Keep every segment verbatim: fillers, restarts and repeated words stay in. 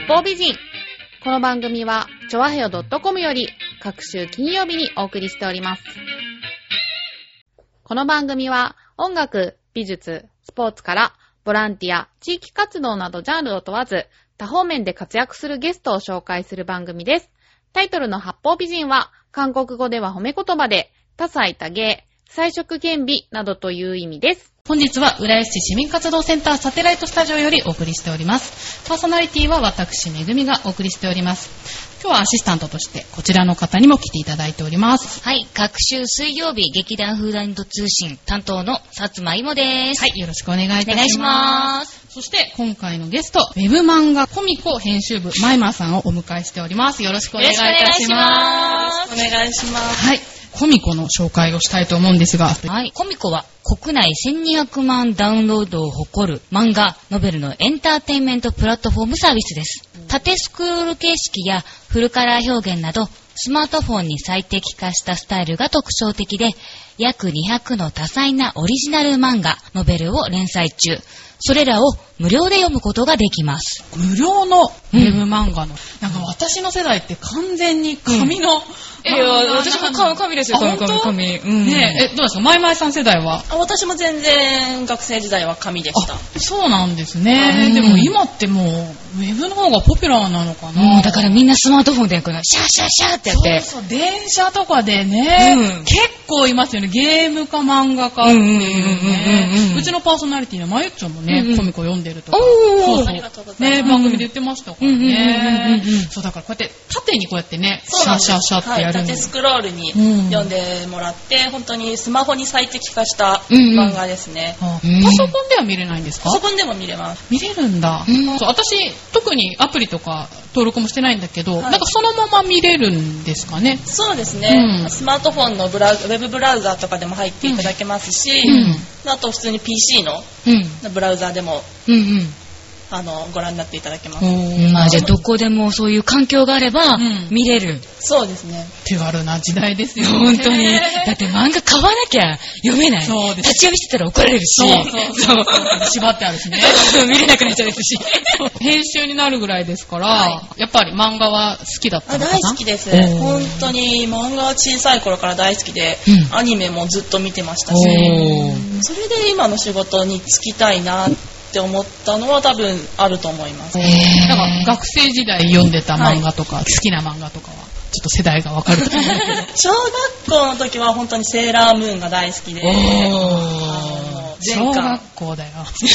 方美人。この番組はチョアヘヨ .com より各週金曜日にお送りしております。この番組は音楽、美術、スポーツからボランティア、地域活動などジャンルを問わず多方面で活躍するゲストを紹介する番組です。タイトルの八方美人は韓国語では褒め言葉で多彩多芸、彩色兼備などという意味です。 本日は浦安市市民活動センターサテライトスタジオよりお送りしております。パーソナリティは私めぐみがお送りしております。今日はアシスタントとしてこちらの方にも来ていただいております。 はい、各週水曜日劇団フーダニット通信担当の薩摩いもです。 はい、よろしくお願いいたします。 お願いします。 そして今回のゲスト、ウェブ漫画コミコ編集部マイマーさんをお迎えしております。よろしくお願いいたします。 よろしくお願いします。 はい、コミコの紹介をしたいと思うんですが、 はい、コミコは国内せんにひゃくまんダウンロードを誇る漫画、ノベルのエンターテインメントプラットフォームサービスです。縦スクロール形式やフルカラー表現などスマートフォンに最適化したスタイルが特徴的で、約にひゃくの多彩なオリジナル漫画、ノベルを連載中。それらを無料で読むことができます。 無料のウェブ漫画の、うん、なんか私の世代って完全に紙の、うん、 いや私も紙ですよ。紙紙紙、うん、 ねえ、どうですか、まいまいさん世代は？ あ、私も全然学生時代は紙でした。 そうなんですね、うん、でも今ってもうウェブの方がポピュラーなのかな、 うん、だからみんなスマートフォンでこのシャーシャーシャーってやって、 そうそう、電車とかでね、うん、結構いますよね。ゲームか漫画かっていうね。うちのパーソナリティのまゆっちょもね、うんうん、コミコ読んでるとか、 そうそうね、番組で言ってましたからね。そうだからこうやって縦にこうやってね、シャーシャーシャーってやるんで、 はい、縦スクロールに読んでもらって、うん、本当にスマホに最適化した漫画ですね。 うんうん、パソコンでは見れないんですか？ パソコンでも見れます。 見れるんだ。うん、そう、私特にアプリとか登録もしてないんだけど、はい、なんかそのまま見れるんですかね？ そうですね、うん、スマートフォンのブラウウェブブラウザとかでも入っていただけますし、うん、あと普通に ピーシー のブラウザでも、うんうん、あのご覧になっていただけます。 まあ、じゃあどこでもそういう環境があれば見れる、うん、 そうですね。 手軽な時代ですよね。 本当に。だって漫画買わなきゃ読めない。そうです。立ち読みしてたら怒られるし、 そうそうそうそう縛ってあるしね。 見れなくなっちゃうですし。 編集になるぐらいですから、はい、やっぱり漫画は好きだったのかな？ あ、大好きです。本当に漫画は小さい頃から大好きで、うん、アニメもずっと見てましたし、それで今の仕事に就きたいなって思ったのは多分あると思います。 なんか学生時代読んでた漫画とか、はい、好きな漫画とかはちょっと世代がわかると思うけど小学校の時は本当にセーラームーンが大好きで、 小学校だよ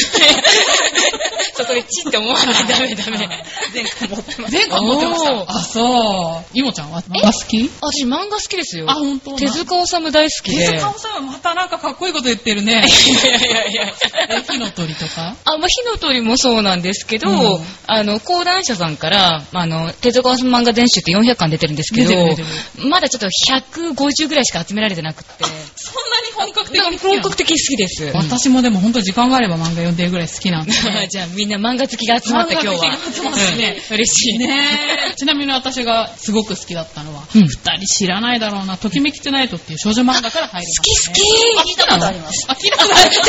そこでチって思わない。ダメダメ。 全巻持ってます。 全巻持ってました。あ、そう。いもちゃんは漫画好き？ 私漫画好きですよ。 あ、本当。 手塚治虫大好きで。 手塚治虫またなんかかっこいいこと言ってるね。 いやいやいやいや。 火の鳥とか？ あ、まあ、火の鳥もそうなんですけど、うん、あの講談社さんからあの手塚治虫漫画全集ってよんひゃっかん出てるんですけど、まだちょっとひゃくごじゅうぐらいしか集められてなくて。 そんなに本格的に好き？ 本格的に好きです。 私もでも本当時間があれば漫画読んでるぐらい好きなんで。 じゃあみんな漫画好きが集まった今日は。 漫画好きが集まってね、うん、嬉しいね。ちなみに私がすごく好きだったのは、 うん、 ふたり知らないだろうな、ときめきトゥナイトっていう少女漫画から入りました、ね。 好き好き。 聞いたことあります。 あ、聞いたことあります。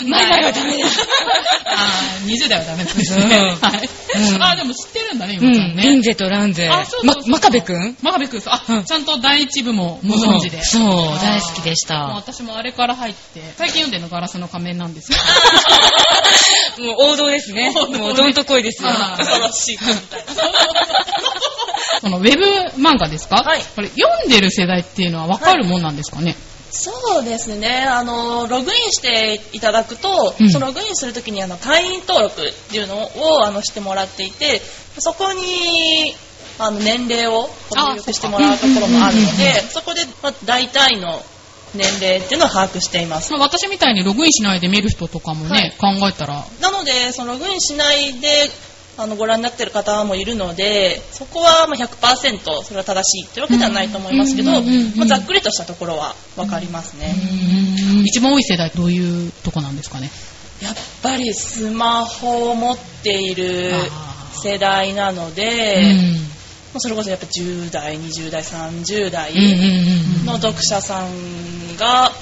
前々はダメだ。 あ、にじゅう代はダメですね。うん、はい、うん。あ、でも知ってるんだね、今ちゃんね。 リンゼとランゼ。 あ、そうそうそう。 ま、真壁くん？ 真壁くん、あ、うん、ちゃんと第一部もご存知で。 そう、大好きでした。 もう私もあれから入って、最近読んでるのガラスの仮面なんですよ。 もう王道ですね。もうどんとこいですよ。 恐ろしいみたいな。 そのウェブ漫画ですか？ はい。 これ読んでる世代っていうのは分かるもんなんですかね？はい、 そうですね。あのログインしていただくと、うん、そのログインするときにあの会員登録っていうのをあのしてもらっていて、そこにあの年齢を入力してもらうところもあるので、そこで、まあ、大体の年齢っていうのを把握しています。 まあ、私みたいにログインしないで見る人とかもね、はい、考えたら。 なのでそのログインしないであのご覧になっている方もいるので、そこはまあ ひゃくパーセント それは正しいっていうわけではないと思いますけど、まあ、ざっくりとしたところは分かりますね。 うん、一番多い世代どういうとこなんですかね？ やっぱりスマホを持っている世代なので、それこそやっぱじゅう代、にじゅう代、さんじゅう代の読者さんが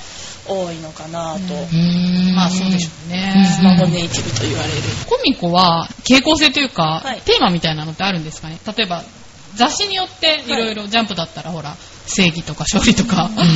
多いのかなと。 まあそうでしょうね。 スマホネイティブと言われる。 コミコは傾向性というか、 はい、 テーマみたいなのってあるんですかね。例えば雑誌によっていろいろジャンプだったらほら正義とか勝利とか、うん、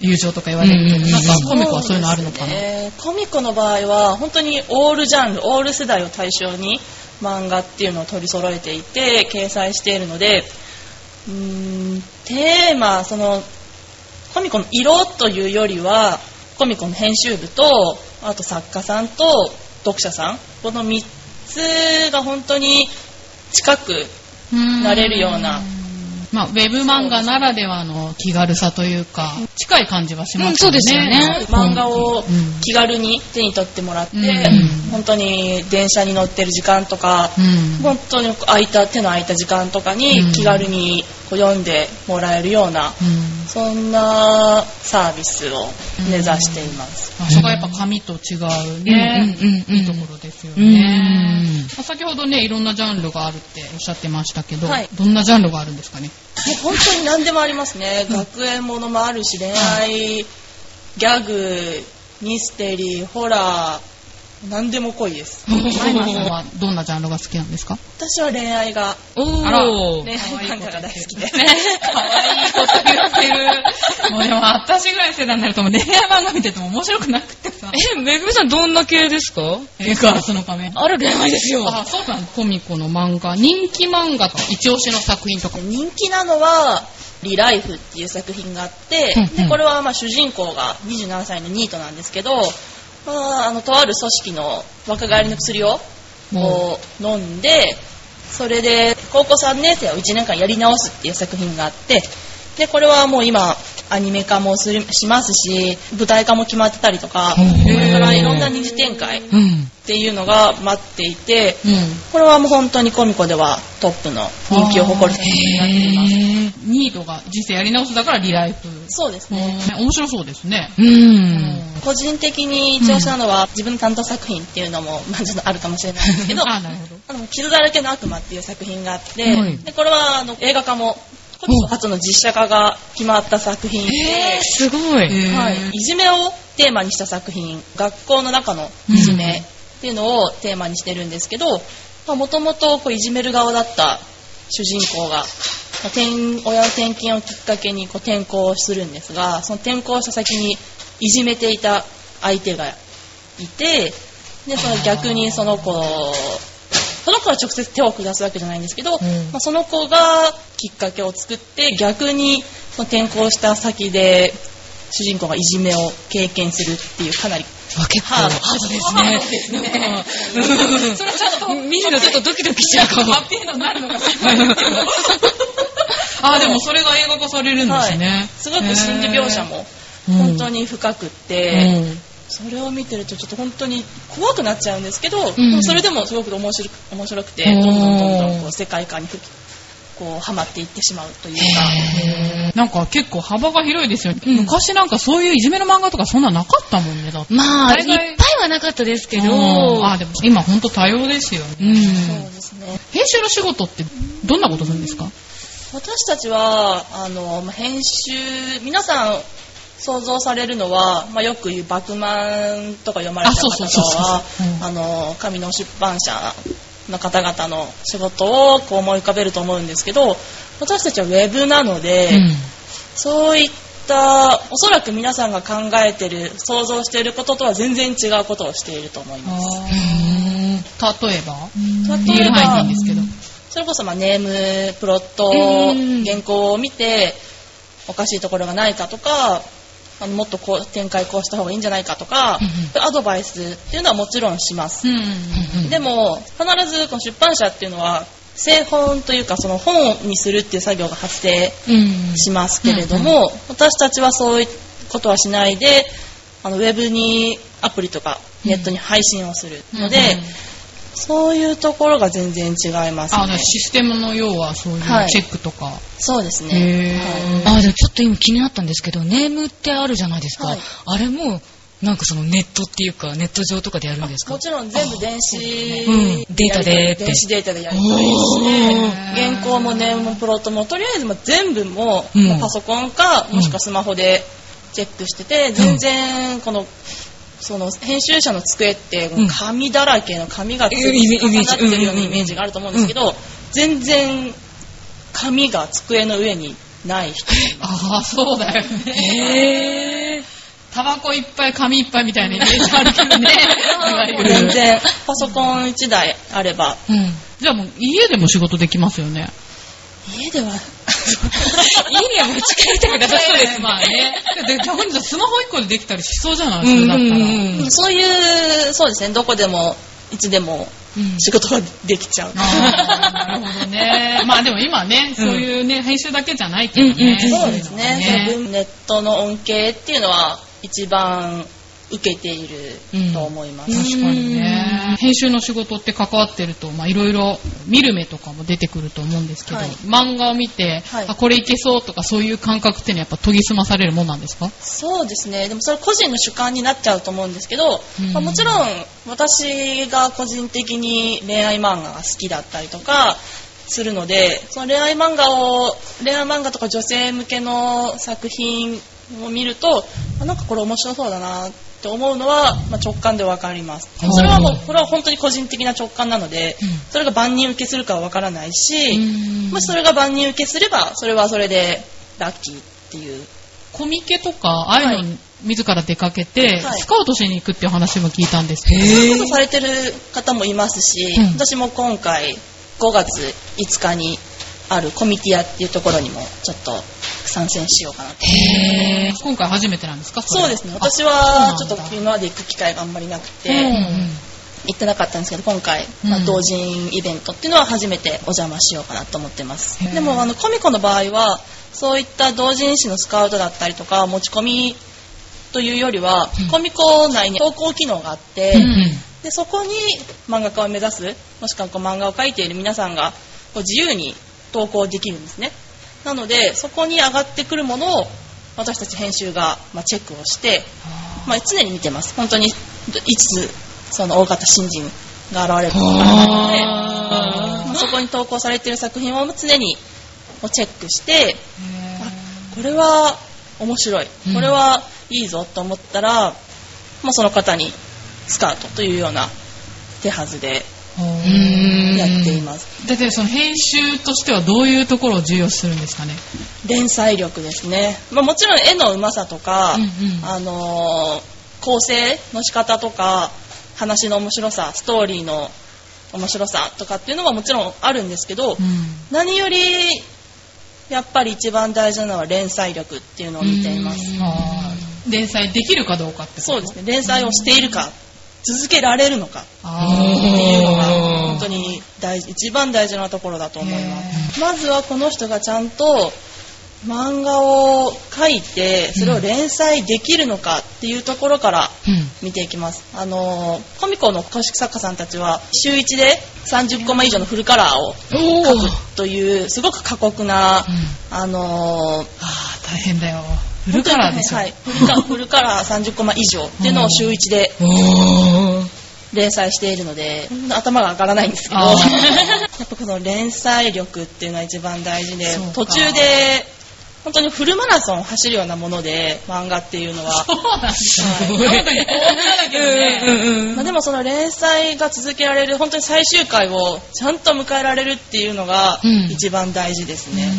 友情とか言われるけど、うん、なんかコミコはそういうのあるのかな。 ね、コミコの場合は本当にオールジャンル、オール世代を対象に漫画っていうのを取り揃えていて掲載しているので、うーんテーマ、そのコミコの色というよりはコミコの編集部とあと作家さんと読者さん、このみっつが本当に近くなれるような、 まあ、ウェブ漫画ならではの気軽さというか近い感じはしますよね、うん、 そうですよね。 漫画を気軽に手に取ってもらって、うん、本当に電車に乗ってる時間とか、うん、本当に空いた手の空いた時間とかに気軽にこう読んでもらえるような、うん、そんなサービスを目指しています、 うん、そこはやっぱ紙と違うね、うんうんうん、いいところですよね、うん、先ほどねいろんなジャンルがあるっておっしゃってましたけど、はい、どんなジャンルがあるんですかね。 本当に何でもありますね。学園ものもあるし、恋愛、ギャグ、ミステリー、ホラー、何でも濃いです。 マイマさんはどんなジャンルが好きなんですか？ 私は恋愛が、 おー、あら、 恋愛漫画が大好きで。 かわいいこと言ってる。もうでも私ぐらい世代になるともう恋愛漫画見てても面白くなくてさ。 え、めぐみさんどんな系ですか？ え、ガラスの仮面。 あれ恋愛ですよ。 あ、そうなん。コミコの漫画、人気漫画とか一押しの作品とか。 人気なのはリライフっていう作品があって、うんうん、でこれはまあ主人公がにじゅうななさいのニートなんですけど、まあ、あのとある組織の若返りの薬をこう飲んで、それで高校さんねん生をいちねんかんやり直すっていう作品があって、でこれはもう今アニメ化もするしますし舞台化も決まってたりとか、これからいろんな二次展開っていうのが待っていて、うん、これはもう本当にコミコではトップの人気を誇る作品になっています。 ニートが人生やり直すだからリライフ。 そうですね。 面白そうですね。 うん、 個人的に一押しなのは、うん、自分の担当作品っていうのも、まあ、ちょっとあるかもしれないんですけど、 あ、なるほど。 あの傷だらけの悪魔っていう作品があって、うん、でこれはあの映画化も初の実写化が決まった作品で、 えー、すごい、 はい、いじめをテーマにした作品、学校の中のいじめっていうのをテーマにしてるんですけど、もともといじめる側だった主人公が転親の転勤をきっかけにこう転校するんですが、その転校した先にいじめていた相手がいて、でその逆にその子その子は直接手を下すわけじゃないんですけど、うんまあ、その子がきっかけを作って逆にその転校した先で主人公がいじめを経験するっていうかなり結構ハードですね。 それちょっと見るのちょっとドキドキしちゃうかも。 ハッピーエンドになるのか心配ですけど。あ、でもそれが映画化されるんですね。はい、 すごく心理描写も本当に深くって、うん、それを見てるとちょっと本当に怖くなっちゃうんですけど、うん、それでもすごく面白く、面白くてどんどんどんどんこう世界観にこうハマっていってしまうというか、 なんか結構幅が広いですよね、うん、昔なんかそういういじめの漫画とかそんななかったもんね。だってまあいっぱいはなかったですけど、 あでも今本当多様ですよね、うん、 そうですね。 編集の仕事ってどんなことするんですか？ 私たちはあの編集、皆さん想像されるのは、まあ、よく言うバクマンとか読まれた方はあの紙の出版社の方々の仕事をこう思い浮かべると思うんですけど、私たちはウェブなので、うん、そういったおそらく皆さんが考えてる想像していることとは全然違うことをしていると思います。 例えば例えば範囲ですけど、 それこそまあネームプロット原稿を見ておかしいところがないかとか、あのもっとこう展開こうした方がいいんじゃないかとか、うん、アドバイスっていうのはもちろんします、うん、でも必ずこの出版社っていうのは製本というかその本にするっていう作業が発生しますけれども、うん、私たちはそういうことはしないであのウェブにアプリとかネットに配信をするので、うんうん、そういうところが全然違いますね。 あ、システムの要はそういうチェックとか、はい、 そうですね、 はい、あ、でもちょっと今気になったんですけど、ネームってあるじゃないですか、はい、あれもなんかそのネットっていうかネット上とかでやるんですか？ もちろん全部電子、 うん、データで電子データでやりたいし、原稿もネームもプロットもとりあえずも全部も、うん、もうパソコンかもしくはスマホでチェックしてて、全然このその編集者の机って紙だらけの紙が積み重なってるようなイメージがあると思うんですけど、全然紙が机の上にない人。 ああ、そうだよね。へー。タバコいっぱい紙いっぱいみたいなイメージあるけどね。 全然パソコンいちだいあれば、 うん、じゃあもう家でも仕事できますよね。 家では家には持ち帰りたくなさそうです。 まあね。で、逆にスマホいっこでできたりしそうじゃないですか、だったら。うんうん、 そういう、そうですね、どこでもいつでも仕事ができちゃう。うん、 あなるほどね。まあでも今ね、そういうね、編集だけじゃないけどね。 うんうん、そうですね。ネットの恩恵っていうのは一番受けていると思います。 うん、確かにね。編集の仕事って関わってると、まあいろいろ見る目とかも出てくると思うんですけど、はい、漫画を見て、はい、あこれいけそうとかそういう感覚っていうのはやっぱ研ぎ澄まされるもんなんですか？ そうですね。でもそれ個人の主観になっちゃうと思うんですけど、まあ、もちろん私が個人的に恋愛漫画が好きだったりとかするので、その恋愛漫画を恋愛漫画とか女性向けの作品を見ると、あなんかこれ面白そうだなって思うのは、まあ、直感で分かります。それはもうこれは本当に個人的な直感なので、うん、それが万人受けするかは分からないし、もしそれが万人受けすればそれはそれでラッキーっていう。 コミケとかああいうのに自ら出かけて、はい、スカウトしに行くっていう話も聞いたんですけど、 そういうことされてる方もいますし、うん、私も今回ごがついつかにあるコミティアっていうところにもちょっと参戦しようかなと。 へー、今回初めてなんですか？ そ, そうですね。私はちょっと今まで行く機会があんまりなくて、うん、行ってなかったんですけど、今回、まあ、同人イベントっていうのは初めてお邪魔しようかなと思ってます。でもあのコミコの場合はそういった同人誌のスカウトだったりとか持ち込みというよりは、うん、コミコ内に投稿機能があって、うん、でそこに漫画家を目指す、もしくはこう漫画を描いている皆さんがこう自由に投稿できるんですね。なのでそこに上がってくるものを私たち編集が、まあ、チェックをして、まあ、常に見てます。本当にいつその大型新人が現れるかわからないので、まあ、そこに投稿されている作品を常にチェックして、あこれは面白い、これはいいぞと思ったら、もうその方にスカウトというような手はずでやっています。 で、でその編集としてはどういうところを重要視するんですかね？ 連載力ですね。まあ、もちろん絵のうまさとか、うんうん、あのー、構成の仕方とか話の面白さ、ストーリーの面白さとかっていうのはもちろんあるんですけど、うん、何よりやっぱり一番大事なのは連載力っていうのを見ています。 連載できるかどうかってこと？ そうですね。連載をしているか、続けられるのかっていうのが本当に大事、一番大事なところだと思います。まずはこの人がちゃんと漫画を描いてそれを連載できるのかっていうところから見ていきます。あのコミコの公式作家さんたちは週いちでさんじゅっコマ以上のフルカラーを描くというすごく過酷な、うん、あのあ大変だよ。フルカラーでしょ、 はい、フルカフルカラーさんじゅっコマ以上っていうのを週いちで連載しているので頭が上がらないんですけどやっぱこの連載力っていうのは一番大事で、途中で本当にフルマラソンを走るようなもので漫画っていうのはそうなんですね。 でもその連載が続けられる、本当に最終回をちゃんと迎えられるっていうのが一番大事ですね。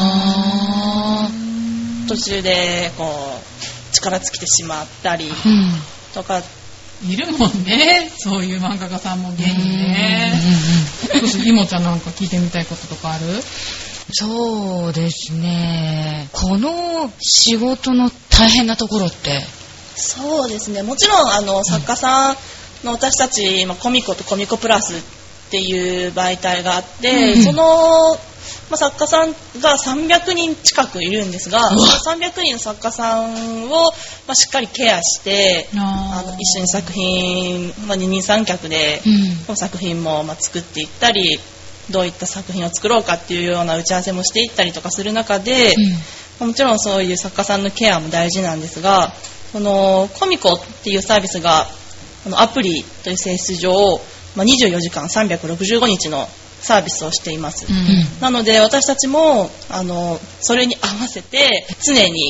うん、途中でこう力尽きてしまったりとか、 うん、いるもんね、そういう漫画家さんも現にね。少しイモちゃんなんか聞いてみたいこととかある？ そうですね。この仕事の大変なところって？ そうですね。もちろんあの作家さんの私たち、まあ、コミコとコミコプラスっていう媒体があって、うん、その、まあ、作家さんがさんびゃくにん近くいるんですが、そのさんびゃくにんの作家さんを、まあ、しっかりケアしてあの一緒に作品、まあ、二人三脚で、うん、作品も、まあ、作っていったり、どういった作品を作ろうかっていうような打ち合わせもしていったりとかする中で、うん、もちろんそういう作家さんのケアも大事なんですが、このコミコっていうサービスがこのアプリという性質上、まあ、にじゅうよじかんさんびゃくろくじゅうごにちのサービスをしています、うん、なので私たちもあのそれに合わせて常に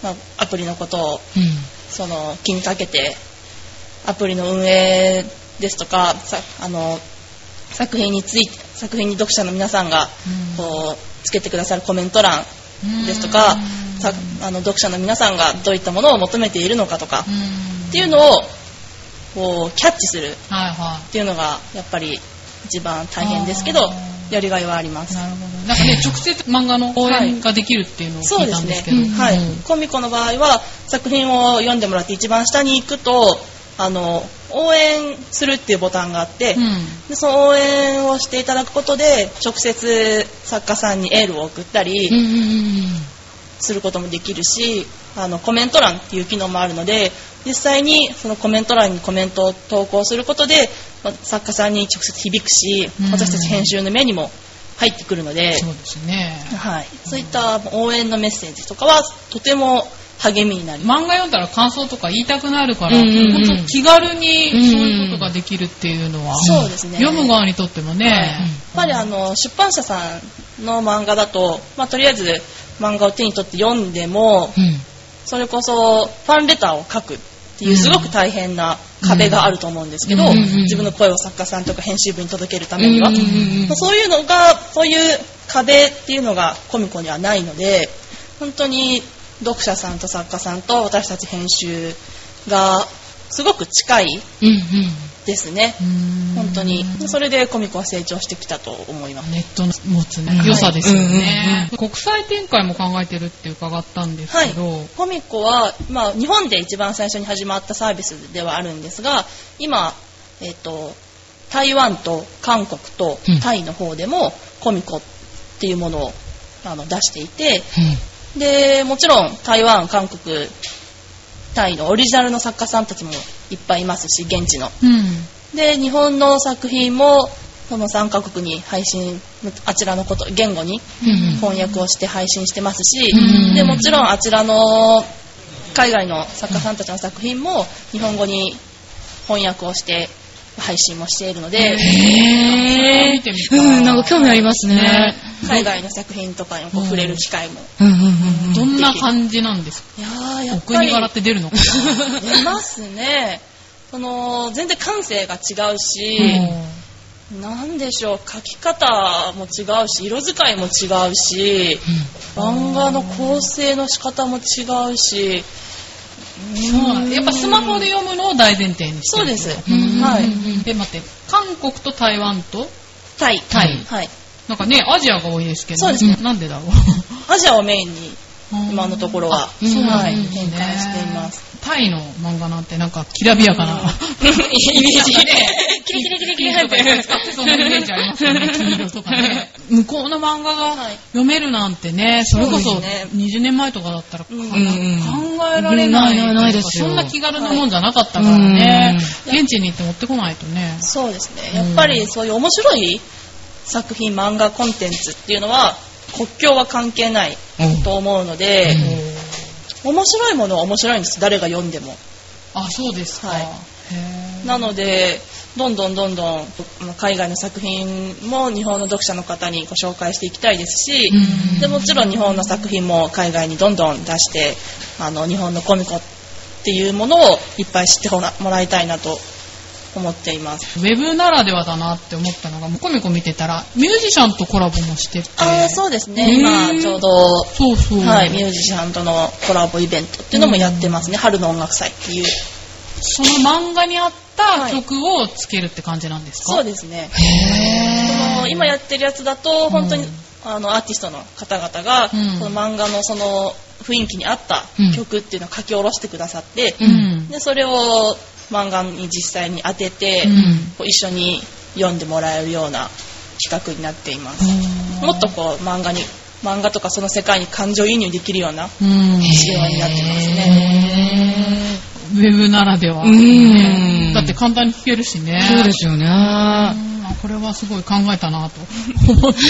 まあ、アプリのことをうんその気にかけてアプリの運営ですとかさあの作品について作品に読者の皆さんがこうつけてくださるコメント欄ですとか、さあの読者の皆さんがどういったものを求めているのかとかっていうのをこうキャッチするはいはっていうのがやっぱり一番大変ですけどあーやりがいはあります。 なるほど。なんかね、直接漫画の応援ができるっていうのを聞いたんですけど、 そうですね、はい、 うんコミコの場合は作品を読んでもらって一番下に行くとあの応援するっていうボタンがあって、 うんでその応援をしていただくことで直接作家さんにエールを送ったりうんうんうんすることもできるし、あのコメント欄っていう機能もあるので実際にそのコメント欄にコメントを投稿することで、まあ、作家さんに直接響くし、 うん私たち編集の目にも入ってくるので、 そうですね。 はい、そういった応援のメッセージとかはとても励みになります。 漫画読んだら感想とか言いたくなるから、 うんうんうん本当気軽にそういうことができるっていうのは、 そうですね。 読む側にとってもね、 やっぱりあの出版社さんの漫画だと、まあ、とりあえず漫画を手に取って読んでも、 うんそれこそファンレターを書くっていうすごく大変な壁があると思うんですけど、 うんうんうん自分の声を作家さんとか編集部に届けるためには、 うんうんうんまあそういうのがそういう壁っていうのがコミコにはないので、本当に読者さんと作家さんと私たち編集がすごく近いうんうん。 ですね。 うん本当にそれでコミコは成長してきたと思います。 ネットの持つね、 うん良さですようんうんね、国際展開も考えてるって伺ったんですはいけど、、 コミコは、まあ、日本で一番最初に始まったサービスではあるんですが、今、えっと、台湾と韓国とタイの方でもコミコっていうものをあの出していて、でもちろん台湾、韓国、タイのオリジナルの作家さんたちもいっぱいいますし、現地の。 うんで日本の作品もそのさんカ国に配信、あちらのこと言語に翻訳をして配信してますし、 うんでもちろんあちらの海外の作家さんたちの作品も日本語に翻訳をして配信もしているので、 へー。 見てみたいうん、なんか興味ありますね。 海外の作品とかにもこう触れる機会も、 うんうんうんうん。 どんな感じなんですか？ いやーやおっぱり国柄って出るのかな？ 出ますね。その全然感性が違うし、なんでしょう、書き方も違うし色使いも違うし、漫画の構成の仕方も違うし、 そうなんだやっぱスマホで読むのを大前提にしてる。 そうです。 うんはい。 え、待って、韓国と台湾とタイ。 タイはい。 なんかね、アジアが多いですけど、 そうですねなんでだろう。 アジアをメインに今のところは、 あそうなんですねはい、展開しています。 タイの漫画なんてなんかきらびやかな、 イメージがね、 キラキラキラキ金ラとか使ってそうなイメージありますよね。金色とかね。向こうの漫画がはい読めるなんてね、それこそそうですねにじゅうねんまえとかだったら、 うん考えられない。 うんないないですよそんな気軽なもんじゃなかったからね。 うん現地に行って持ってこないとね。 そうですね。やっぱりそういう面白い作品、漫画コンテンツっていうのは国境は関係ないと思うので、面白いものは面白いんです。誰が読んでも。 あ、そうですか。 はいへーなのでどんどんどんどん海外の作品も日本の読者の方にご紹介していきたいですし、 うんでもちろん日本の作品も海外にどんどん出してあの日本のコミコっていうものをいっぱい知ってもらもらいたいなと思っています。 ウェブならではだなって思ったのが、コミコ見てたらミュージシャンとコラボもしてて。 ああそうですね、 へー今ちょうど、 そうそう。 はい、ミュージシャンとのコラボイベントっていうのもやってますね、春の音楽祭っていう。 その漫画に合った曲をつけるって感じなんですか？ そうですね。 へその今やってるやつだと本当に、 うんあのアーティストの方々が、 うんその漫画のその雰囲気に合った曲っていうのを書き下ろしてくださって、 うんでそれを漫画に実際に当てて、 うんこう一緒に読んでもらえるような企画になっています。もっとこう漫画に漫画とかその世界に感情移入できるようなうん仕様になってますね。 ウェブならでは、 うんだって簡単に聞けるしね。 そうですよね。 うんこれはすごい考えたなと思って。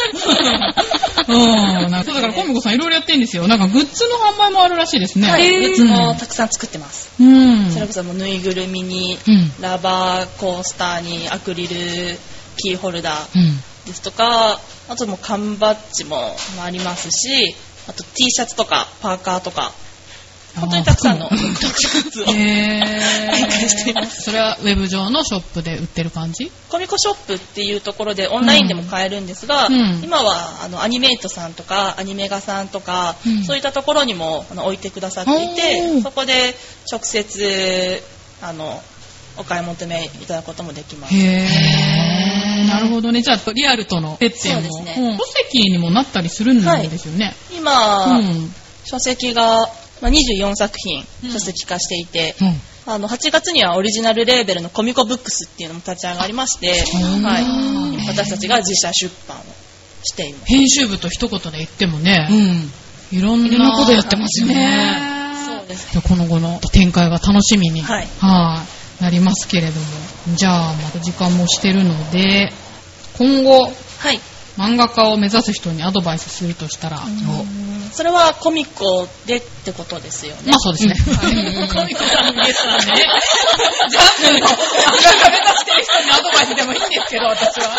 うん、なんかそうだからコミコさんいろいろやってるんですよ。なんかグッズの販売もあるらしいですね。 はい、グッズもたくさん作ってます。 うん。 それこそもうぬいぐるみに、 うんラバーコースターにアクリルキーホルダーうん。 ですとか、あともう缶バッジもありますし、あと T シャツとかパーカーとか本当にたくさんの特撮を展開しています。 それはウェブ上のショップで売ってる感じ？ コミコショップっていうところでオンラインでも買えるんですが、うん、今はあのアニメイトさんとかアニメガさんとか、うん、そういったところにもあの置いてくださっていて、そこで直接あのお買い求めいただくこともできます。 へー、なるほどね。じゃあリアルとの接点も、そうですね、書籍にもなったりするんですよね。はい、 今、うん、書籍がにじゅうよんさくひん書籍化していて、うん、あのはちがつにはオリジナルレーベルのコミコブックスっていうのも立ち上がりまして、はい、私たちが自社出版をしています。 編集部と一言で言ってもね、うん、いろんな、 いろんなことやってますよね。 そうですね。 この後の展開が楽しみに、はい、はなりますけれども、じゃあまた時間もしてるので、今後、はい、漫画家を目指す人にアドバイスするとしたら、 それはコミコでってことですよね。 まあそうですね。うん、コミコさんのゲストなんでね。ジャンプの漫画家目指してる人にアドバイスでもいいんですけど、私は。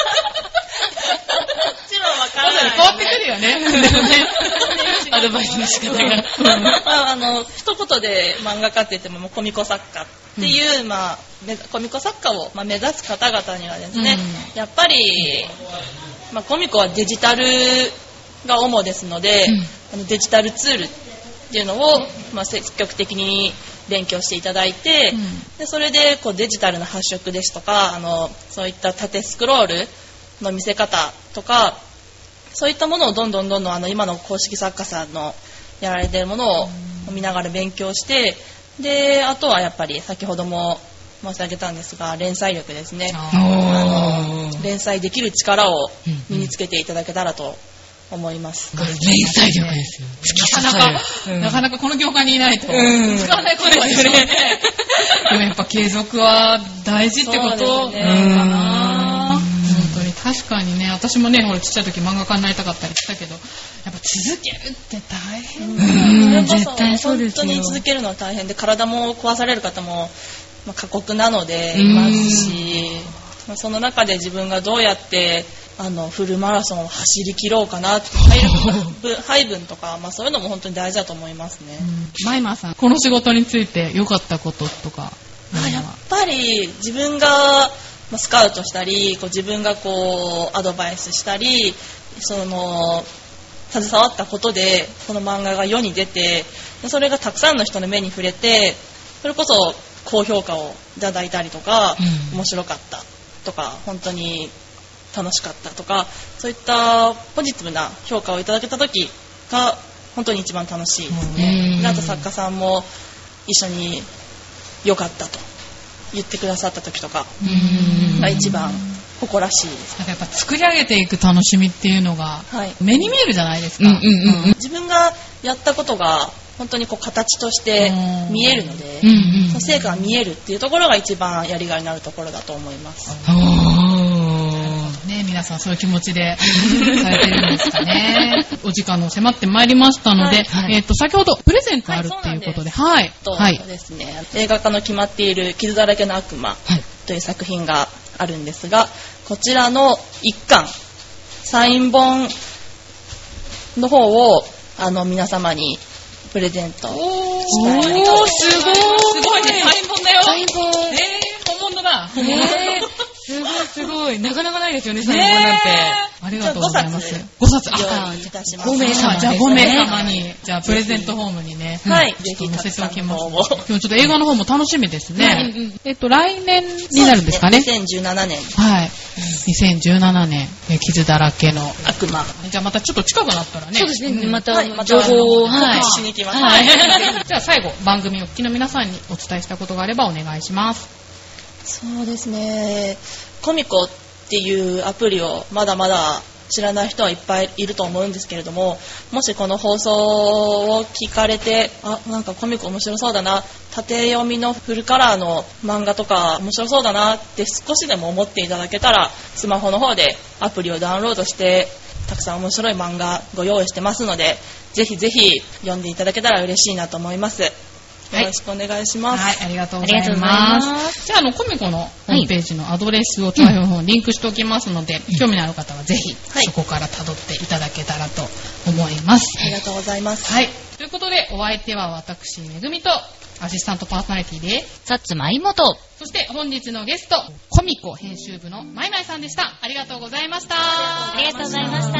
一番わからない、ね。 変わってくるよね。 アドバイスの仕方が。 まあ、あの一言で漫画家って言っても、もうコミコ作家っていう、うん、まあ、コミコ作家を、まあ、目指す方々にはですね、うん、やっぱり、まあ、コミコはデジタルが主ですので、うん、あのデジタルツールっていうのを、まあ、積極的に勉強していただいて、うん、でそれでこうデジタルな発色ですとか、あのそういった縦スクロールの見せ方とか、そういったものをどんどんどんどんあの今の公式作家さんのやられているものを見ながら勉強して、であとはやっぱり先ほども申し上げたんですが、連載力ですね。あの連載できる力を身につけていただけたらと思います。 うんうん、連載力ですよ。 なかなか、うん、なかなかこの業界にいないと、うん、使わないことですよね。でもやっぱ継続は大事ってことかな。確かにね、私もね、ほらちっちゃい時漫画家になりたかったりしたけど、やっぱ続けるって大変だよね。 絶対そうですよ。本当に続けるのは大変で、体も壊される方も、まあ、過酷なのでいますし、まあ、その中で自分がどうやってあのフルマラソンを走り切ろうかなって、配分とか、まあ、そういうのも本当に大事だと思いますね。 マイマーさん、この仕事について良かったこととか。 あ、やっぱり自分がスカウトしたり、こう自分がこうアドバイスしたり、その携わったことでこの漫画が世に出て、それがたくさんの人の目に触れて、それこそ高評価をいただいたりとか、うん、面白かったとか、本当に楽しかったとか、そういったポジティブな評価をいただけた時が本当に一番楽しいですね。あと作家さんも一緒に良かったと言ってくださった時とかが一番誇らしいです。 なんかやっぱ作り上げていく楽しみっていうのが目に見えるじゃないですか。 自分がやったことが本当にこう形として見えるので、うんうん、その成果が見えるっていうところが一番やりがいになるところだと思います。 ね、皆さんそういう気持ちでされてるんですかね。お時間の迫ってまいりましたので、はいはい、えー、と先ほどプレゼントあるっていうことで、はい、 そうですね、映画化の決まっている傷だらけの悪魔という作品があるんですが、こちらの一巻サイン本の方をあの皆様にプレゼントしたい。おー、すごい、すごいね、サイン本だよ。 サイン本、 えー、本物だ。 えーすごいすごい、なかなかないですよね、サイン本なんて。 ありがとうございます。ごさつ、 あ、いたします。 ごめいさま、 じゃあごめいさまに、じゃあプレゼントフォームにね、 はい、 ぜひ載せておきます。今日ちょっと映画の方も楽しみですね。えっと来年になるんですかね。 にせんじゅうななねん。 はい。にせんじゅうななねん、傷だらけの悪魔。 じゃあまたちょっと近くなったらね。 そうですね。また情報をはいしに行きます。 はい。じゃあ最後番組をお聞きの皆さんにお伝えしたことがあればお願いします。 そうですね。コミコっていうアプリをまだまだ知らない人はいっぱいいると思うんですけれども、もしこの放送を聞かれて、あ、なんかコミコ面白そうだな、縦読みのフルカラーの漫画とか面白そうだなって少しでも思っていただけたら、スマホの方でアプリをダウンロードしてたくさん面白い漫画ご用意してますので、ぜひぜひ読んでいただけたら嬉しいなと思います。 よろしくお願いします。 はい、はい、ありがとうございます。ますじゃあ、あの、コミコのホームページのアドレスをチョアヘヨの方にリンクしておきますので、うん、興味のある方はぜひ、はい、そこから辿っていただけたらと思います。 ありがとうございます。 はい。ということで、お相手は私、めぐみと、アシスタントパーソナリティで、 さつまいもと、 そして本日のゲスト、コミコ編集部のまいまいさんでした。ありがとうございました。 ありがとうございました。